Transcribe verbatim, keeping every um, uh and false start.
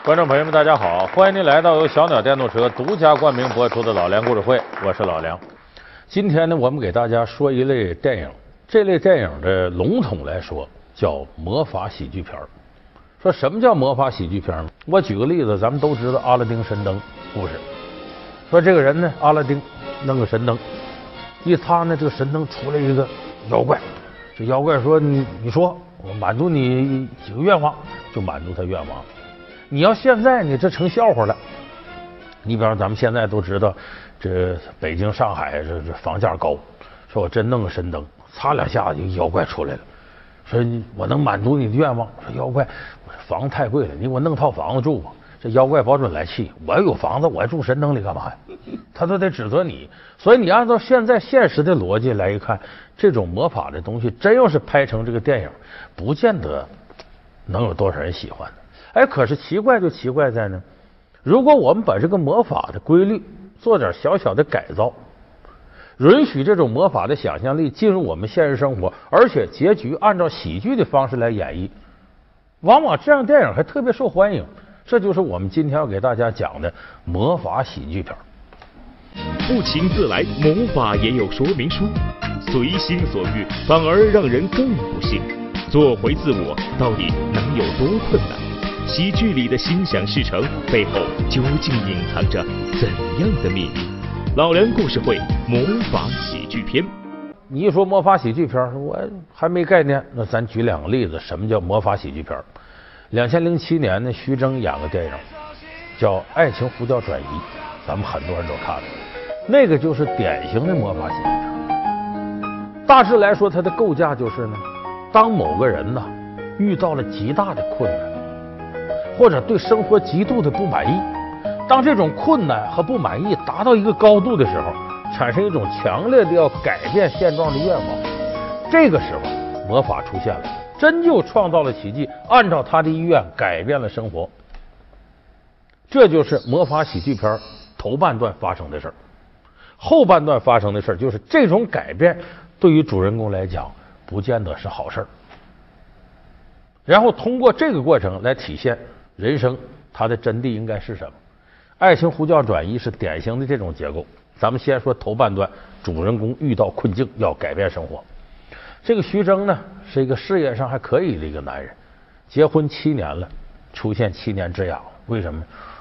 观众朋友们，大家好！欢迎您来到由小鸟电动车独家冠名播出的老梁故事会，我是老梁。今天呢，我们给大家说一类电影，这类电影的笼统来说叫魔法喜剧片。说什么叫魔法喜剧片呢？我举个例子，咱们都知道阿拉丁神灯故事。说这个人呢，阿拉丁弄个神灯，一擦呢，这个神灯出来一个妖怪。这妖怪说：“你你说，我满足你几个愿望，就满足他愿望。你要现在你这成笑话了。你比方咱们现在都知道，这北京、上海这这房价高，说我真弄个神灯，擦两下子，妖怪出来了，说我能满足你的愿望。说妖怪，房子太贵了，你给我弄套房子住吧。这妖怪保准来气，我有房子，我还住神灯里干嘛呀？他都得指责你。所以你按照现在现实的逻辑来一看，这种魔法的东西，真要是拍成这个电影，不见得能有多少人喜欢的。哎，可是奇怪就奇怪在呢，如果我们把这个魔法的规律做点小小的改造，允许这种魔法的想象力进入我们现实生活，而且结局按照喜剧的方式来演绎，往往这样电影还特别受欢迎。这就是我们今天要给大家讲的魔法喜剧片。 不请自来，魔法也有说明书，随心所欲反而让人更不信。做回自我到底能有多困难？喜剧里的心想事成背后究竟隐藏着怎样的秘密？老梁故事会魔法喜剧片。 你一说魔法喜剧片，我还没概念。那咱举两个例子，什么叫魔法喜剧片？两千零七年呢，徐峥演个电影叫《爱情呼叫转移》，咱们很多人都看了，那个就是典型的魔法喜剧片。大致来说，它的构架就是呢，当某个人呢遇到了极大的困难，或者对生活极度的不满意，当这种困难和不满意达到一个高度的时候，产生一种强烈的要改变现状的愿望，这个时候魔法出现了，真就创造了奇迹，按照他的意愿改变了生活。这就是魔法喜剧片头半段发生的事儿。后半段发生的事儿就是这种改变对于主人公来讲不见得是好事儿，然后通过这个过程来体现人生它的真谛应该是什么。爱情呼叫转移是典型的这种结构。咱们先说头半段，主人公遇到困境要改变生活。这个徐峥呢是一个事业上还可以的一个男人，结婚七年了，出现七年之痒。为什么？